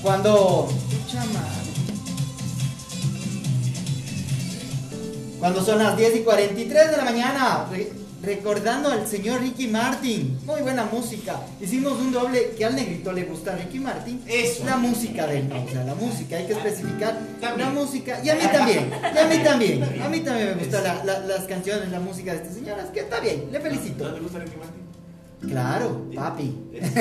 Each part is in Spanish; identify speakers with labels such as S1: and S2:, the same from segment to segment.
S1: Cuando... Chama. Cuando son las 10:43 de la mañana, recordando al señor Ricky Martin. Muy buena música. Hicimos un doble que al negrito le gusta a Ricky Martin.
S2: Eso.
S1: La música de él, ¿no? O sea, la música, hay que especificar.
S2: También.
S1: La música. Y a mí también. Y a mí también. A mí también me gustan las canciones, la música de este señor. Es que está bien, le felicito.
S2: ¿No te gusta Ricky Martin?
S1: Claro, papi.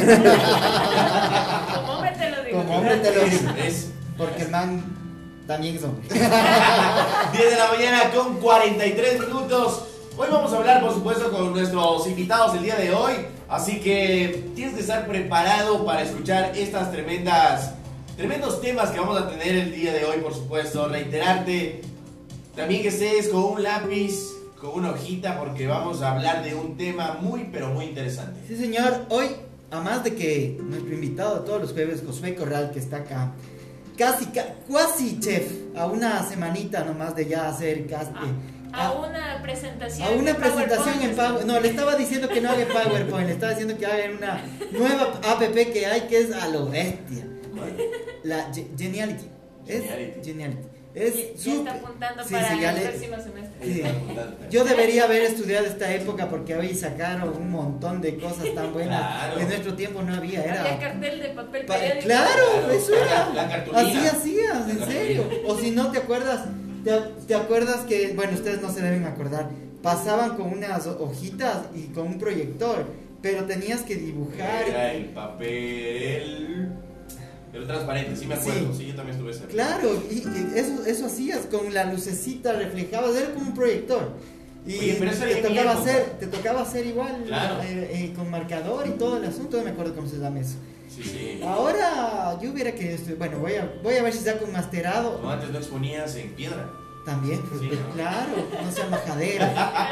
S3: Como hombre te lo digo.
S1: Como hombre te lo digo.
S2: Es
S1: Porque el man también es hombre.
S2: 10 de la mañana con 43 minutos. Hoy vamos a hablar, por supuesto, con nuestros invitados el día de hoy. Así que tienes que estar preparado para escuchar estas tremendos temas que vamos a tener el día de hoy, por supuesto. Reiterarte también que estés con un lápiz, con una hojita, porque vamos a hablar de un tema muy, pero muy interesante.
S1: Sí, señor. Hoy, además de que nuestro invitado de todos los jueves, Josué Corral, que está acá, cuasi chef, a una semanita nomás de ya hacer
S3: A una presentación.
S1: a una
S3: en
S1: presentación en PowerPoint. No, le estaba diciendo que no haga en PowerPoint, le estaba diciendo que haga en una nueva app que hay que es a lo bestia. La Geniality. Es Geniality. Es
S3: Ya
S1: súper.
S3: está apuntando
S1: Sí,
S3: para
S1: sí, ya
S3: el
S1: le-
S3: próximo semestre.
S1: Sí. Yo debería haber estudiado esta época porque hoy sacaron un montón de cosas tan buenas.
S2: Claro.
S1: En nuestro tiempo no había,
S3: Había
S1: era.
S3: cartel de papel
S1: Pa-
S3: periódico.
S1: claro, eso era.
S2: La cartulina.
S1: Así hacías,
S2: La
S1: en
S2: cartulina.
S1: serio. O si no te acuerdas, te acuerdas que, bueno, ustedes no se deben acordar, pasaban con unas hojitas y con un proyector, pero tenías que dibujar.
S2: Era el papel. Pero transparente, sí me acuerdo.
S1: Sí.
S2: Sí, yo también estuve cerca.
S1: Claro, y eso hacías con la lucecita, reflejabas, era como un proyecor. Y
S2: Oye, pero eso era en mi época.
S1: te tocaba hacer igual,
S2: Claro.
S1: con marcador y todo el asunto, no me acuerdo cómo se llama eso.
S2: Sí, sí.
S1: Ahora yo hubiera querido estudiar, bueno, voy a ver si saco un masterado.
S2: No, antes no exponías en piedra.
S1: También, pues,
S2: Sí, ¿no?
S1: claro, no sea majadera.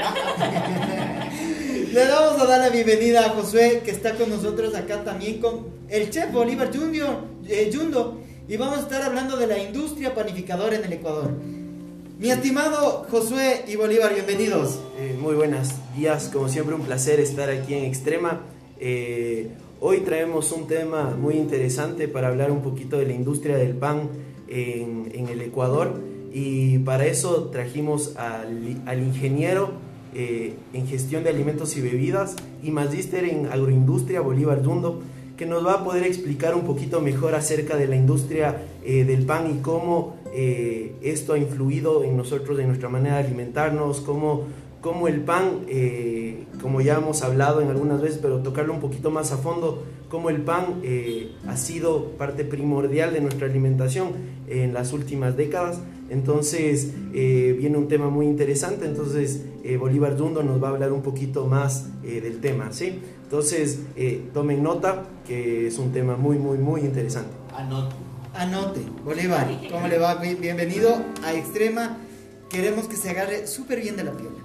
S1: Le vamos a dar la bienvenida a Josué, que está con nosotros acá también con el chef Bolívar Yundo, y vamos a estar hablando de la industria panificadora en el Ecuador. Mi estimado Josué y Bolívar, bienvenidos.
S4: Muy buenos días, como siempre un placer estar aquí en Extrema. Hoy traemos un tema muy interesante para hablar un poquito de la industria del pan en el Ecuador, y para eso trajimos al ingeniero en gestión de alimentos y bebidas y magíster en agroindustria, Bolívar Yundo, que nos va a poder explicar un poquito mejor acerca de la industria del pan y cómo esto ha influido en nosotros, en nuestra manera de alimentarnos, cómo el pan, como ya hemos hablado en algunas veces, pero tocarlo un poquito más a fondo, cómo el pan ha sido parte primordial de nuestra alimentación en las últimas décadas. Entonces viene un tema muy interesante. Entonces Bolívar Yundo nos va a hablar un poquito más del tema, ¿sí? Entonces tomen nota, que es un tema muy interesante.
S1: Anote, Bolívar, ¿cómo le va? Bienvenido a Extrema. Queremos que se agarre súper bien de la piola.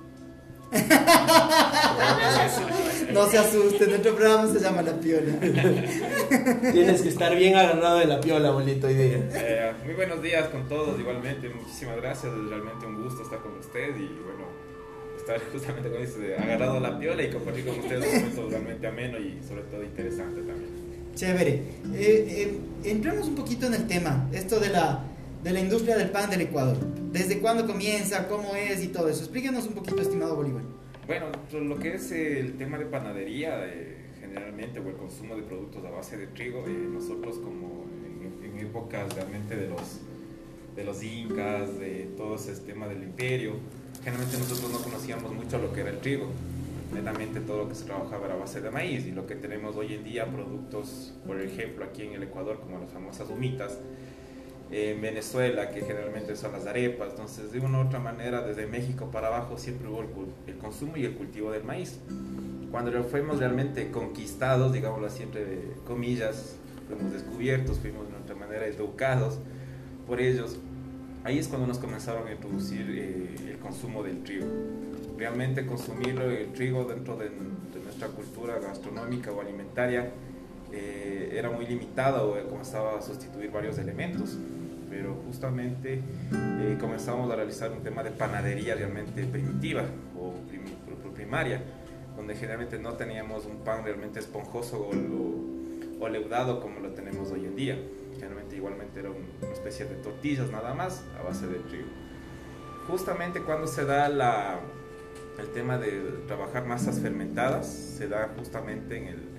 S1: No se asusten, nuestro programa se llama La Piola.
S4: Tienes que estar bien agarrado de la piola, bolito, hoy día.
S5: Muy buenos días con todos, igualmente, muchísimas gracias, es realmente un gusto estar con usted y bueno, estar justamente con esto de agarrado a la piola y compartir con ustedes un momento realmente ameno y sobre todo interesante también.
S1: Chévere. Entremos un poquito en el tema, esto de la industria del pan del Ecuador. ¿Desde cuándo comienza? ¿Cómo es? Y todo eso. Explíquenos un poquito, estimado Bolívar.
S5: Bueno, lo que es el tema de panadería, generalmente, o el consumo de productos a base de trigo, nosotros como en épocas realmente de los incas, de todo ese tema del imperio, generalmente nosotros no conocíamos mucho lo que era el trigo. Netamente todo lo que se trabajaba era a base de maíz, y lo que tenemos hoy en día, productos, por ejemplo, aquí en el Ecuador, como las famosas humitas, en Venezuela, que generalmente son las arepas. Entonces, de una u otra manera, desde México para abajo siempre hubo el consumo y el cultivo del maíz. Cuando fuimos realmente conquistados, digámoslo así, entre comillas, fuimos descubiertos, fuimos de otra manera educados por ellos, ahí es cuando nos comenzaron a introducir el consumo del trigo. Realmente consumir el trigo dentro de nuestra cultura gastronómica o alimentaria era muy limitado, comenzaba a sustituir varios elementos, pero justamente comenzamos a realizar un tema de panadería realmente primitiva o primaria, donde generalmente no teníamos un pan realmente esponjoso o leudado como lo tenemos hoy en día. Generalmente igualmente era una especie de tortillas nada más a base de trigo. Justamente cuando se da el tema de trabajar masas fermentadas, se da justamente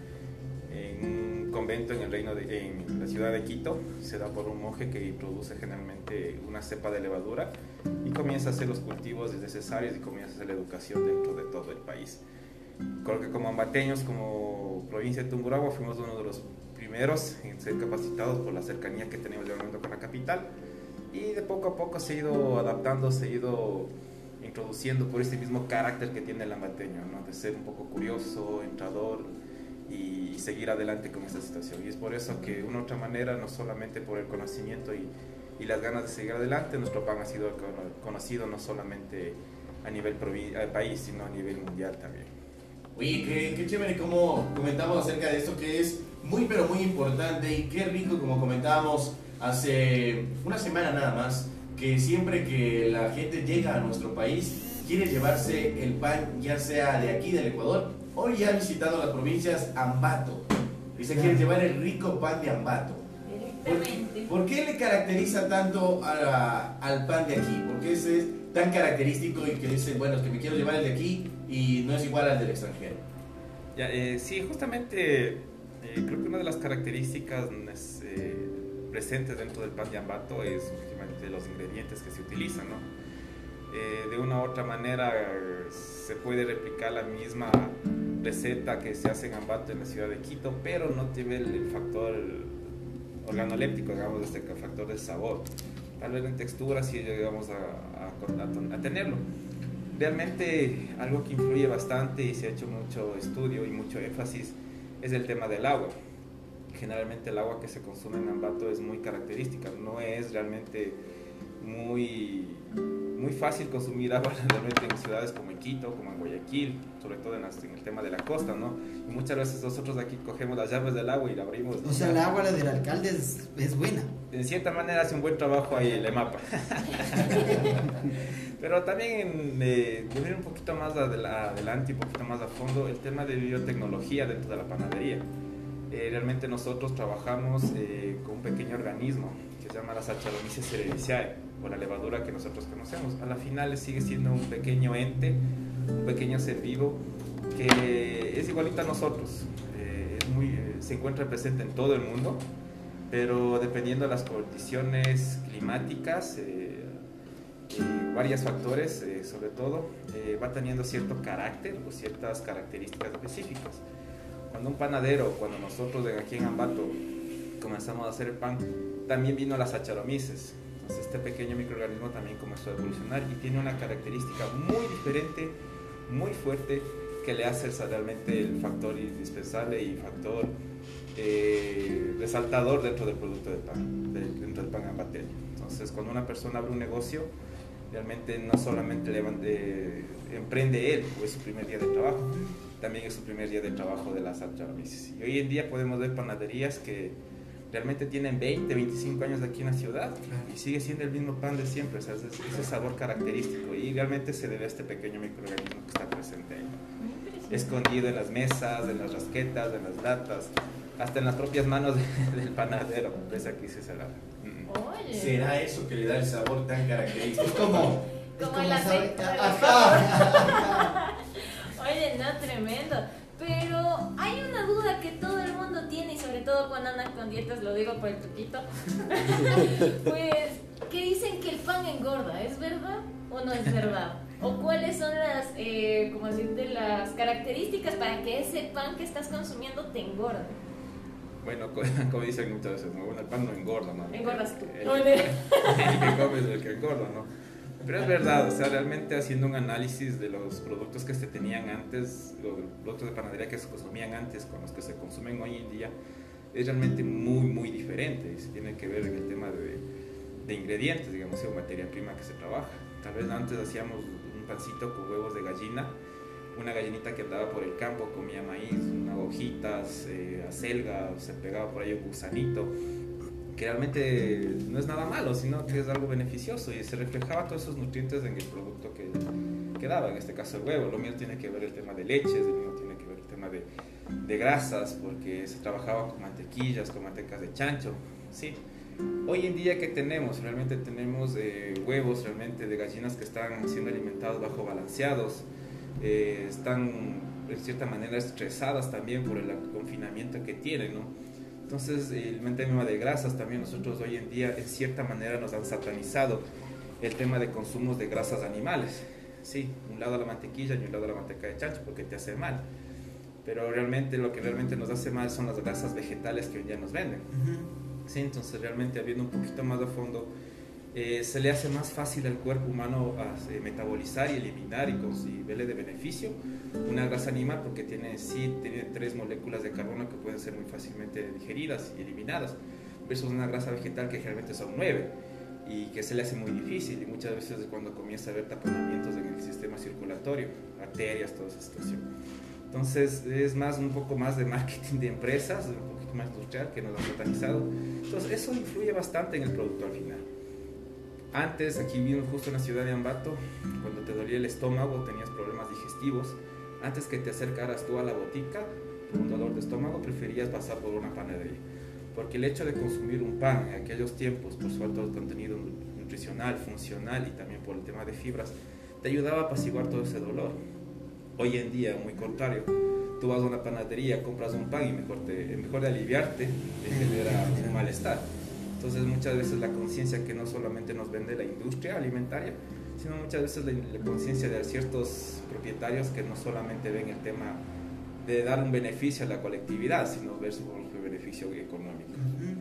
S5: en un convento en la ciudad de Quito. Se da por un monje que introduce generalmente una cepa de levadura y comienza a hacer los cultivos necesarios y comienza a hacer la educación dentro de todo el país. Creo que como ambateños, como provincia de Tungurahua, fuimos uno de los primeros en ser capacitados por la cercanía que tenemos de momento con la capital, y de poco a poco se ha ido adaptando, se ha ido introduciendo por este mismo carácter que tiene el ambateño, ¿no? De ser un poco curioso, entrador y seguir adelante con esta situación. Y es por eso que de una u otra manera, no solamente por el conocimiento y las ganas de seguir adelante, nuestro pan ha sido conocido no solamente a nivel país, sino a nivel mundial también.
S2: Oye, qué chévere como comentamos acerca de esto, que es muy pero muy importante, y qué rico como comentábamos hace una semana nada más, que siempre que la gente llega a nuestro país quiere llevarse el pan, ya sea de aquí del Ecuador o ya ha visitado las provincias Ambato y se quiere llevar el rico pan de Ambato.
S3: Directamente.
S2: ¿Por qué le caracteriza tanto al pan de aquí? ¿Por qué ese es tan característico y que dicen, bueno, es que me quiero llevar el de aquí y no es igual al del extranjero?
S5: Sí, justamente creo que una de las características presentes dentro del pan de Ambato es últimamente los ingredientes que se utilizan, ¿no? De una u otra manera se puede replicar la misma receta que se hace en Ambato en la ciudad de Quito, pero no tiene el factor organoléptico, digamos, este factor de sabor. Tal vez en textura sí llegamos a tenerlo. Realmente algo que influye bastante y se ha hecho mucho estudio y mucho énfasis es el tema del agua. Generalmente el agua que se consume en Ambato es muy característica, no es realmente muy fácil consumir agua realmente en ciudades como en Quito, como en Guayaquil, sobre todo en el tema de la costa, ¿no? Y muchas veces nosotros aquí cogemos las llaves del agua y la abrimos.
S1: O sea, el agua la del alcalde es buena.
S5: En cierta manera hace un buen trabajo ahí el EMAPA. Pero también de ir un poquito más adelante y un poquito más a fondo, el tema de biotecnología dentro de la panadería. Realmente nosotros trabajamos con un pequeño organismo que se llama la Saccharomyces cerevisiae, o la levadura que nosotros conocemos. A la final sigue siendo un pequeño ente, un pequeño ser vivo que es igualito a nosotros. Se encuentra presente en todo el mundo, pero dependiendo de las condiciones climáticas, varios factores, sobre todo, va teniendo cierto carácter o ciertas características específicas. Cuando un panadero, cuando nosotros aquí en Ambato comenzamos a hacer el pan, también vino la Saccharomyces. Entonces este pequeño microorganismo también comenzó a evolucionar y tiene una característica muy diferente, muy fuerte, que le hace realmente el factor indispensable y factor resaltador dentro del producto del pan, dentro del pan ambateño. Entonces cuando una persona abre un negocio, realmente no solamente emprende él, o es su primer día de trabajo, también es su primer día de trabajo de las Saccharomyces. Y hoy en día podemos ver panaderías que realmente tienen 20, 25 años aquí en la ciudad y sigue siendo el mismo pan de siempre, o sea, ese sabor característico, y realmente se debe a este pequeño microorganismo que está presente ahí, escondido en las mesas, en las rasquetas, en las latas, hasta en las propias manos del panadero. Pues aquí se será.
S3: Oye.
S2: ¿Será eso que le da el sabor tan característico?
S1: Es como
S3: el aceite.
S1: Ajá.
S3: Oye, no, tremendo. Pero hay una duda que todo el mundo tiene, y sobre todo cuando andan con dietas, lo digo por el truquito. Pues, que dicen que el pan engorda, ¿es verdad o no es verdad? ¿O cuáles son como decirte, las características para que ese pan que estás consumiendo te engorde?
S5: Bueno, como dicen muchas veces, ¿no? Bueno, el pan no engorda, ¿no?
S3: Engordas tú.
S5: El que come es el que engorda, ¿no? Pero es verdad, o sea, realmente haciendo un análisis de los productos que se tenían antes, los productos de panadería que se consumían antes con los que se consumen hoy en día, es realmente muy diferente. Y se tiene que ver en el tema de ingredientes, digamos, o materia prima que se trabaja. Tal vez antes hacíamos un pancito con huevos de gallina, una gallinita que andaba por el campo, comía maíz, unas hojitas, acelga, se pegaba por ahí un gusanito, que realmente no es nada malo, sino que es algo beneficioso, y se reflejaba todos esos nutrientes en el producto que daba, en este caso el huevo. Lo mío tiene que ver el tema de leches, lo mío tiene que ver el tema de grasas, porque se trabajaba con mantequillas, con mantecas de chancho, ¿sí? Hoy en día, ¿qué tenemos? Realmente tenemos huevos realmente de gallinas que están siendo alimentados bajo balanceados, están de cierta manera estresadas también por el confinamiento que tienen, ¿no? Entonces, el tema de grasas también, nosotros hoy en día en cierta manera nos han satanizado el tema de consumos de grasas animales. Sí, un lado la mantequilla y un lado la manteca de chancho porque te hace mal, pero realmente lo que realmente nos hace mal son las grasas vegetales que hoy en día nos venden. Sí, entonces realmente viendo un poquito más a fondo, se le hace más fácil al cuerpo humano metabolizar y eliminar y verle de beneficio una grasa animal porque tiene 3 moléculas de carbono que pueden ser muy fácilmente digeridas y eliminadas, versus una grasa vegetal que generalmente son 9 y que se le hace muy difícil, y muchas veces cuando comienza a haber taponamientos en el sistema circulatorio, arterias, toda esa situación. Entonces es un poco más de marketing de empresas, un poquito más industrial que nos han satanizado. Entonces eso influye bastante en el producto al final. Antes, aquí vino justo en la ciudad de Ambato, cuando te dolía el estómago, tenías problemas digestivos, antes que te acercaras tú a la botica por un dolor de estómago, preferías pasar por una panadería. Porque el hecho de consumir un pan en aquellos tiempos, por su alto contenido nutricional, funcional y también por el tema de fibras, te ayudaba a apaciguar todo ese dolor. Hoy en día, muy contrario, tú vas a una panadería, compras un pan y en mejor de aliviarte, te genera un malestar. Entonces muchas veces la conciencia que no solamente nos vende la industria alimentaria, sino muchas veces la conciencia de ciertos propietarios que no solamente ven el tema de dar un beneficio a la colectividad, sino ver su beneficio económico.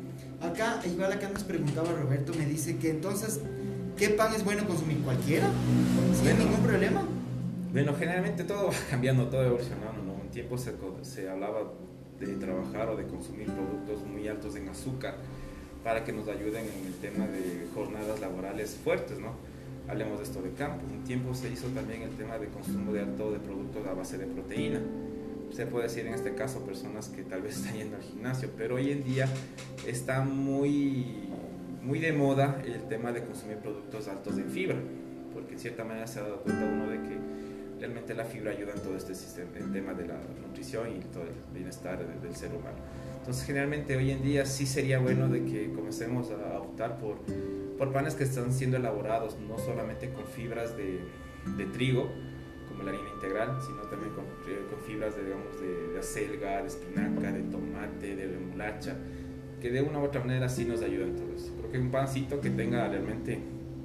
S1: Acá nos preguntaba Roberto, me dice que entonces, ¿qué pan es bueno consumir? ¿Cualquiera? ¿Sin ningún problema?
S5: Bueno, generalmente todo va cambiando, todo evolucionando, ¿no? Un tiempo se hablaba de trabajar o de consumir productos muy altos en azúcar para que nos ayuden en el tema de jornadas laborales fuertes, ¿no? Hablemos de esto de campo. Un tiempo se hizo también el tema de consumo de alto de productos a base de proteína. Se puede decir en este caso personas que tal vez están yendo al gimnasio, pero hoy en día está muy de moda el tema de consumir productos altos en fibra, porque en cierta manera se ha dado cuenta uno de que realmente la fibra ayuda en todo este sistema, el tema de la nutrición y todo el bienestar del ser humano. Entonces generalmente hoy en día sí sería bueno de que comencemos a optar por panes que están siendo elaborados no solamente con fibras de trigo, como la harina integral, sino también con fibras de acelga, de espinaca, de tomate, de remolacha, que de una u otra manera sí nos ayudan todo eso. Creo que un pancito que tenga realmente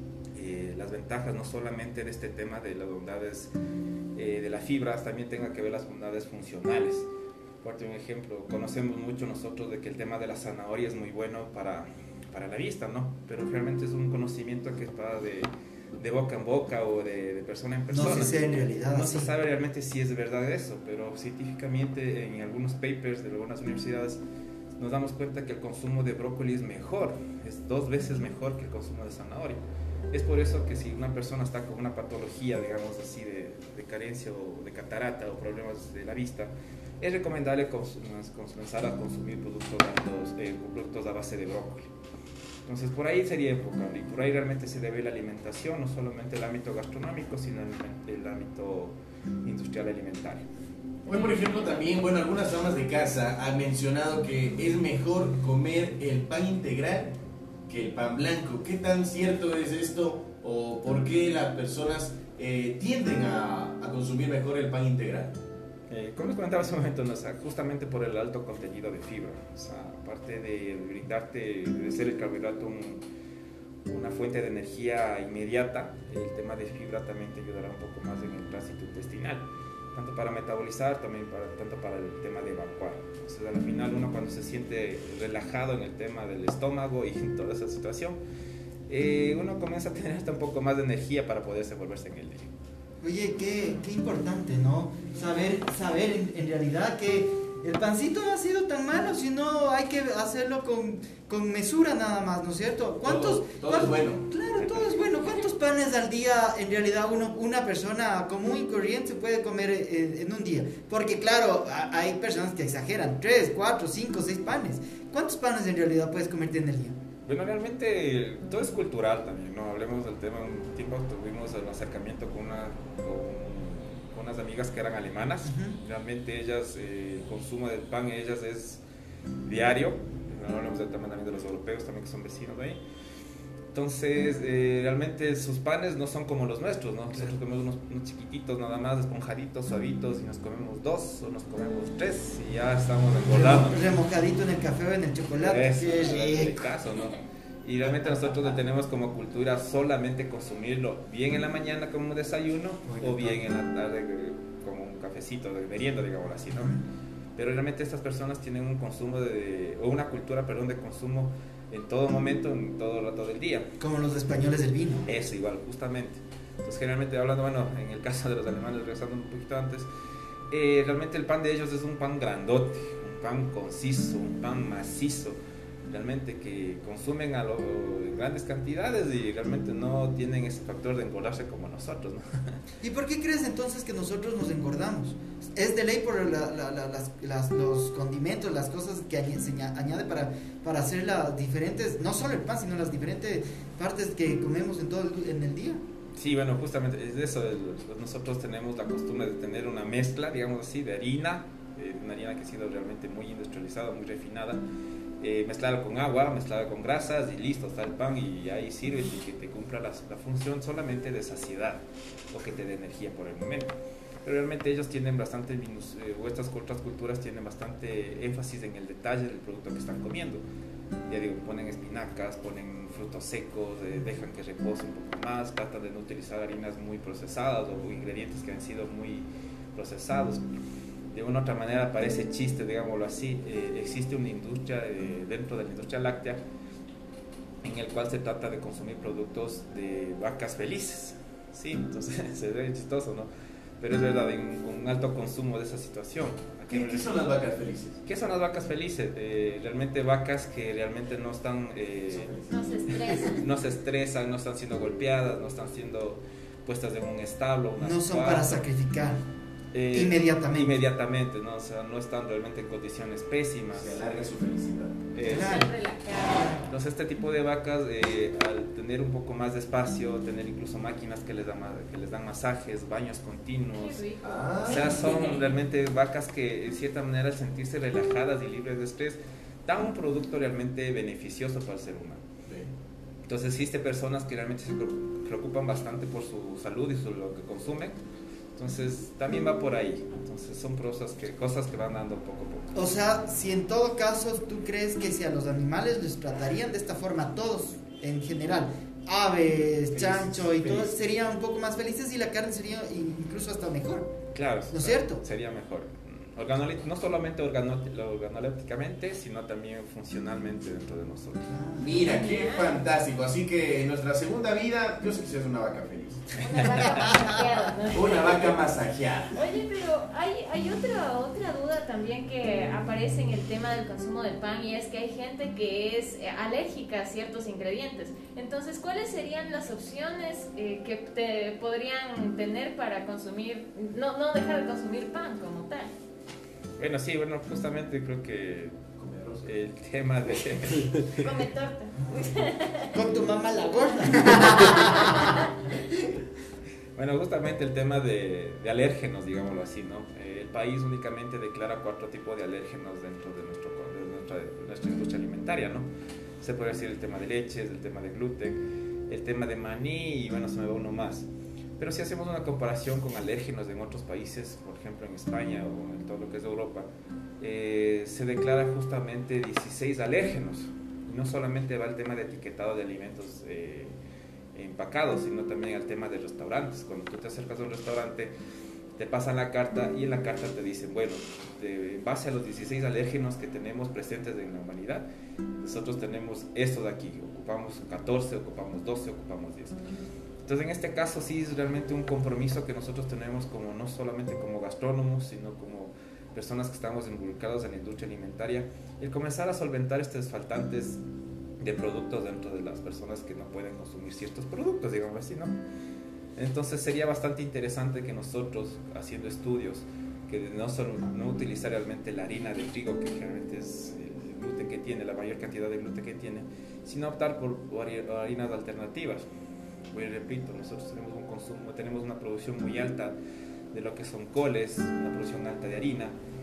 S5: las ventajas no solamente de este tema de las bondades de las fibras, también tenga que ver las bondades funcionales. Por un ejemplo, conocemos mucho nosotros de que el tema de la zanahoria es muy bueno para la vista, ¿no? Pero realmente es un conocimiento que va de boca en boca o de persona en persona.
S1: No se sabe en realidad.
S5: No se sabe realmente si es verdad eso, pero científicamente en algunos papers de algunas universidades nos damos cuenta que el consumo de brócoli es mejor, es 2 veces mejor que el consumo de zanahoria. Es por eso que si una persona está con una patología, digamos así, de carencia o de catarata o problemas de la vista, es recomendable comenzar a consumir productos a base de brócoli. Entonces por ahí sería enfocable, y por ahí realmente se debe la alimentación, no solamente el ámbito gastronómico, sino el ámbito industrial alimentario.
S2: Hoy, por ejemplo, también, algunas amas de casa han mencionado que es mejor comer el pan integral que el pan blanco. ¿Qué tan cierto es esto? ¿O por qué las personas tienden a consumir mejor el pan integral?
S5: Como les comentaba hace un momento, ¿no? O sea, justamente por el alto contenido de fibra, o sea, aparte de brindarte, de ser el carbohidrato una fuente de energía inmediata, el tema de fibra también te ayudará un poco más en el tránsito intestinal, tanto para metabolizar, tanto para el tema de evacuar. Entonces al final uno cuando se siente relajado en el tema del estómago y en toda esa situación, uno comienza a tener hasta un poco más de energía para poderse volverse en el día.
S1: Oye, qué importante, ¿no? Saber en realidad que el pancito no ha sido tan malo, sino hay que hacerlo con mesura nada más, ¿no es cierto?
S2: Todo es bueno.
S1: Claro, todo es bueno. ¿Cuántos panes al día en realidad una persona común y corriente puede comer en un día? Porque claro, hay personas que exageran, 3, 4, 5, 6 panes. ¿Cuántos panes en realidad puedes comerte en el día?
S5: Bueno, realmente todo es cultural también, ¿no? Hablemos del tema. Un tiempo tuvimos el acercamiento con unas amigas que eran alemanas. Realmente ellas, el consumo del pan, ellas es diario. no hablamos del tema también de los europeos también que son vecinos de ahí. Entonces, realmente sus panes no son como los nuestros, ¿no? Nosotros comemos unos chiquititos nada más, esponjaditos, suavitos, y nos comemos 2 o nos comemos 3 y ya estamos engordando.
S1: Remojadito en el café o en el chocolate.
S5: Eso,
S1: Qué
S5: es el
S1: rico.
S5: caso, ¿no? Y realmente nosotros le tenemos como cultura solamente consumirlo bien en la mañana como un desayuno o bien en la tarde como un cafecito de merienda, digamos así, ¿no? Pero realmente estas personas tienen un consumo o una cultura, perdón, de consumo en todo momento, en todo rato del día.
S1: Como los españoles del vino.
S5: Eso igual, justamente. Entonces generalmente hablando, bueno, en el caso de los alemanes, regresando un poquito antes, realmente el pan de ellos es un pan grandote, un pan conciso, un pan macizo, realmente que consumen en grandes cantidades y realmente no tienen ese factor de engordarse como nosotros, ¿no?
S1: ¿Y por qué crees entonces que nosotros nos engordamos? Es de ley por los condimentos, las cosas que se añade para hacer las diferentes, no solo el pan, sino las diferentes partes que comemos en el día.
S5: Sí, bueno, justamente es de eso. Nosotros tenemos la costumbre de tener una mezcla, digamos así, de harina, una harina que ha sido realmente muy industrializada, muy refinada, mezclada con agua, mezclada con grasas y listo, está el pan y ahí sirve y que te cumpla la función solamente de saciedad o que te dé energía por el momento. Pero realmente ellos tienen bastante, o estas otras culturas tienen bastante énfasis en el detalle del producto que están comiendo. Ya digo, ponen espinacas, ponen frutos secos, dejan que repose un poco más, tratan de no utilizar harinas muy procesadas o ingredientes que han sido muy procesados. De una u otra manera parece chiste, digámoslo así, existe una industria dentro de la industria láctea en el cual se trata de consumir productos de vacas felices, sí, entonces se ve chistoso, ¿no? Pero es verdad, con un alto consumo de esa situación.
S2: ¿Qué son las vacas felices?
S5: ¿Qué son las vacas felices? Realmente vacas que realmente no están... no se estresan, no están siendo golpeadas, no están siendo puestas en un establo.
S1: No son para sacrificar. Inmediatamente,
S5: ¿no? O sea, no están realmente en condiciones pésimas.
S2: Se alarga su felicidad.
S5: Entonces este tipo de vacas, al tener un poco más de espacio, tener incluso máquinas que les dan masajes, baños continuos, o sea, son realmente vacas que en cierta manera al sentirse relajadas y libres de estrés dan un producto realmente beneficioso para el ser humano. Entonces existen personas que realmente se preocupan bastante por su salud y sobre lo que consumen. Entonces también va por ahí. Entonces son cosas que van dando poco a poco.
S1: O sea, si en todo caso tú crees que si a los animales les tratarían de esta forma, todos en general, aves, chancho y todo, serían un poco más felices y la carne sería incluso hasta mejor.
S5: Claro,
S1: ¿no es cierto?
S5: Sería mejor. No solamente organolépticamente, sino también funcionalmente dentro de nosotros.
S2: Mira, qué fantástico. Así que en nuestra segunda vida, yo sé que es una vaca feliz.
S3: Una vaca masajeada, ¿no?
S2: Una vaca masajeada.
S3: Oye, pero hay otra duda también que aparece en el tema del consumo del pan, y es que hay gente que es alérgica a ciertos ingredientes. Entonces, ¿cuáles serían las opciones que te podrían tener para consumir, no dejar de consumir pan como tal?
S5: Bueno, sí, justamente creo que el tema de...
S3: Come torta.
S1: Con tu mamá la gorda.
S5: Bueno, justamente el tema de alérgenos, digámoslo así, ¿no? El país únicamente declara 4 tipos de alérgenos dentro de nuestra industria alimentaria, ¿no? Se puede decir el tema de leches, el tema de gluten, el tema de maní y bueno, se me va uno más. Pero si hacemos una comparación con alérgenos en otros países, por ejemplo en España o en todo lo que es Europa, se declara justamente 16 alérgenos. Y no solamente va el tema de etiquetado de alimentos empacados, sino también al tema de restaurantes. Cuando tú te acercas a un restaurante, te pasan la carta y en la carta te dicen, bueno, en base a los 16 alérgenos que tenemos presentes en la humanidad, nosotros tenemos estos de aquí, ocupamos 14, ocupamos 12, ocupamos 10. Entonces en este caso sí es realmente un compromiso que nosotros tenemos como no solamente como gastrónomos, sino como personas que estamos involucrados en la industria alimentaria, el comenzar a solventar estos faltantes de productos dentro de las personas que no pueden consumir ciertos productos, digamos así, ¿no? Entonces sería bastante interesante que nosotros, haciendo estudios, que no utilizar realmente la harina de trigo, que generalmente es el gluten que tiene, la mayor cantidad de gluten que tiene, sino optar por harinas alternativas. Pues repito, nosotros tenemos una producción muy alta de lo que son coles, una producción alta de harina,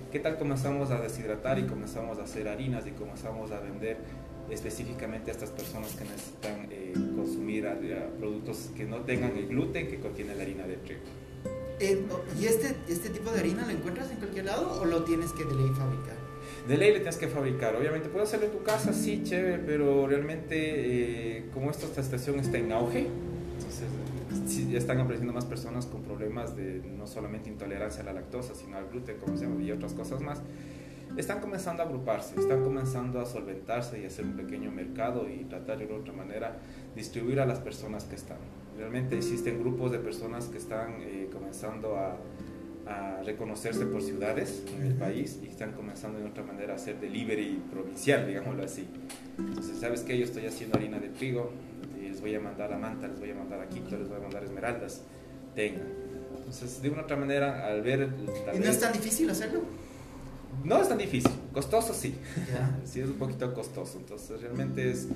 S5: ¿Qué tal comenzamos a deshidratar y comenzamos a hacer harinas y comenzamos a vender específicamente a estas personas que necesitan consumir productos que no tengan el gluten que contiene la harina de trigo?
S1: ¿Y este tipo de harina lo encuentras en cualquier lado o lo tienes que de ley fabricar?
S5: De ley le tienes que fabricar. Obviamente puedes hacerlo en tu casa, sí, chévere, pero realmente como esta estación está en auge, entonces sí, ya están apareciendo más personas con problemas de no solamente intolerancia a la lactosa, sino al gluten, como se llama, y otras cosas más. Están comenzando a agruparse, están comenzando a solventarse y hacer un pequeño mercado y tratar de otra manera distribuir a las personas que están. Realmente existen grupos de personas que están comenzando a reconocerse por ciudades en el país y están comenzando de otra manera a hacer delivery provincial, digámoslo así. Entonces, ¿sabes qué? Yo estoy haciendo harina de trigo y les voy a mandar a Manta, les voy a mandar a Quito, les voy a mandar a Esmeraldas, tengan. Entonces, de una otra manera, al ver...
S1: ¿Y no es tan difícil hacerlo?
S5: No es tan difícil, costoso sí,
S1: Ya.
S5: sí es un poquito costoso, entonces realmente es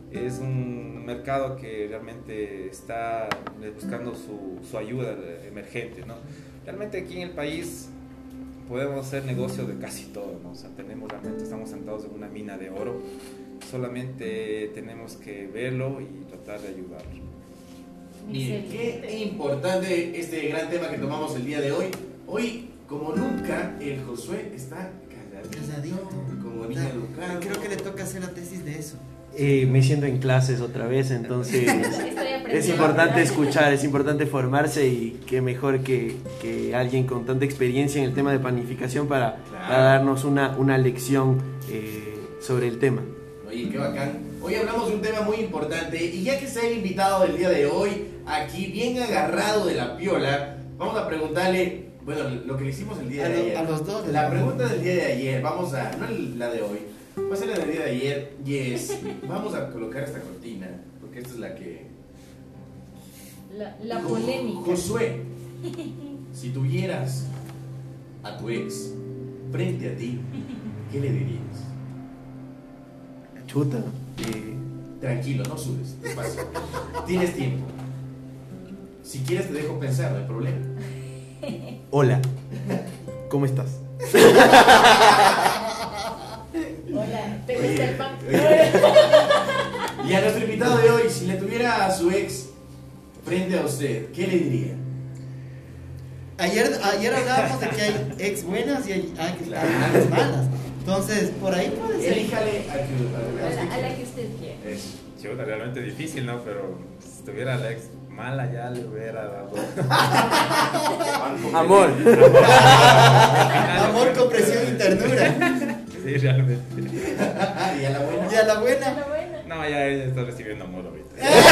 S5: un mercado que realmente está buscando su ayuda emergente, ¿no? Realmente aquí en el país podemos hacer negocio de casi todo, ¿no? O sea, realmente estamos sentados en una mina de oro, solamente tenemos que verlo y tratar de ayudarlo.
S2: Miren, qué importante este gran tema que tomamos el día de hoy. Hoy, como nunca, el Josué está calladito, como niño educado.
S1: Creo que le toca hacer la tesis de eso.
S4: Me siento en clases otra vez, entonces es importante escuchar, es importante formarse y qué mejor que alguien con tanta experiencia en el tema de panificación para darnos una lección sobre el tema.
S2: Oye, qué bacán. Hoy hablamos de un tema muy importante y ya que está el invitado del día de hoy, aquí bien agarrado de la piola, vamos a preguntarle, bueno, lo que le hicimos el día de ayer.
S1: A los dos.
S2: La pregunta del día de ayer, vamos a, no la de hoy, va a ser la del día de ayer y es, vamos a colocar esta cortina, porque esta es la que...
S3: La polémica.
S2: Josué, si tuvieras a tu ex frente a ti, ¿qué le dirías?
S4: Chuta.
S2: Tranquilo, no sudes, despacio. Tienes tiempo. Si quieres te dejo pensar, no hay problema.
S4: Hola, ¿cómo estás?
S3: Hola, ¿te gusta el pan?
S2: Y a nuestro invitado de hoy, si le tuviera a su ex frente a usted, ¿qué le diría?
S1: Ayer hablábamos de que hay ex buenas y hay ex malas. Entonces, por ahí puede ser.
S2: Elíjale
S3: A la que usted quiera.
S2: Eso.
S5: Chuta, realmente difícil, ¿no? Pero si tuviera la ex mala ya le hubiera dado...
S4: Amor.
S1: Amor con presión y ternura.
S5: Sí, realmente.
S2: ¿Y a la buena?
S1: Y a la
S3: A
S1: buena.
S3: la buena.
S5: No, ya ella está recibiendo amor ahorita.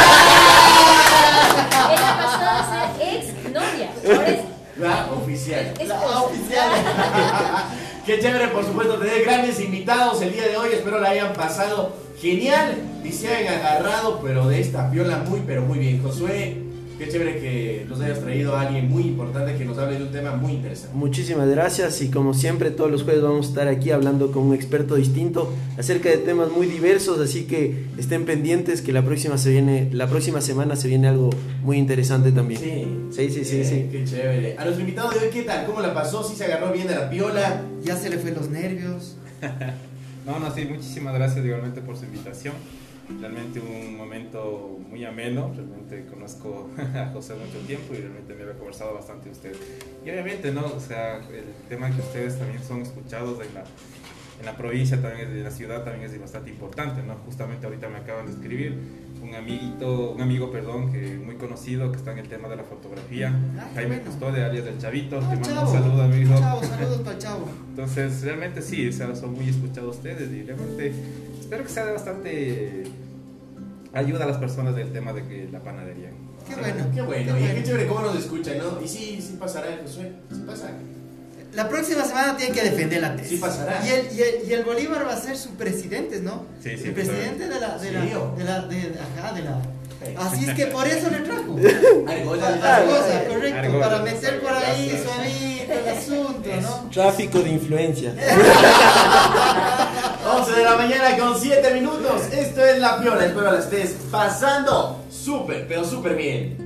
S3: Ella pasó a ser ex novia. Ahora es
S2: La oficial.
S1: La oficial.
S2: Qué chévere, por supuesto, tener grandes invitados el día de hoy. Espero la hayan pasado genial y se hayan agarrado, pero de esta piola muy, pero muy bien. Josué, qué chévere que nos hayas traído a alguien muy importante que nos hable de un tema muy interesante.
S4: Muchísimas gracias y como siempre todos los jueves vamos a estar aquí hablando con un experto distinto acerca de temas muy diversos, así que estén pendientes que la próxima semana se viene algo muy interesante también. Sí.
S2: Qué chévere. A nuestro invitado de hoy, ¿qué tal? ¿Cómo la pasó? ¿Sí se agarró bien de la piola?
S1: Ya se le fue los nervios.
S5: No, sí, muchísimas gracias igualmente por su invitación. Realmente un momento muy ameno. Realmente conozco a José mucho tiempo y realmente me había conversado bastante de usted. Y obviamente, ¿no? O sea, el tema que ustedes también son escuchados en la provincia, también en la ciudad, también es bastante importante, ¿no? Justamente ahorita me acaban de escribir un amigo, que muy conocido, que está en el tema de la fotografía, Jaime
S1: bueno.
S5: Custodia, alias del Chavito. Te mando
S1: Chavo.
S5: un saludo, amigo.
S1: Chavo, saludos para el chavo.
S5: Entonces, realmente sí, o sea, son muy escuchados ustedes y realmente espero que sea de bastante ayuda a las personas del tema de la panadería.
S1: Qué bueno.
S2: Qué bueno. Y qué chévere cómo nos escuchan, ¿no? Y sí pasará, Josué. Sí pasa.
S1: La próxima semana tiene que defender la tesis.
S2: Sí pasará.
S1: Y el Bolívar va a ser su presidente, ¿no?
S5: Sí,
S1: el presidente de la. Así es que por eso le trajo. Argosa, correcto.
S5: Argosa.
S1: Para meter por ahí
S2: Gracias.
S1: suavito el asunto, ¿no?
S4: Tráfico de influencias.
S2: 11 de la mañana con 7 minutos. Esto es La Piola. Espero la estés pasando súper, pero súper bien.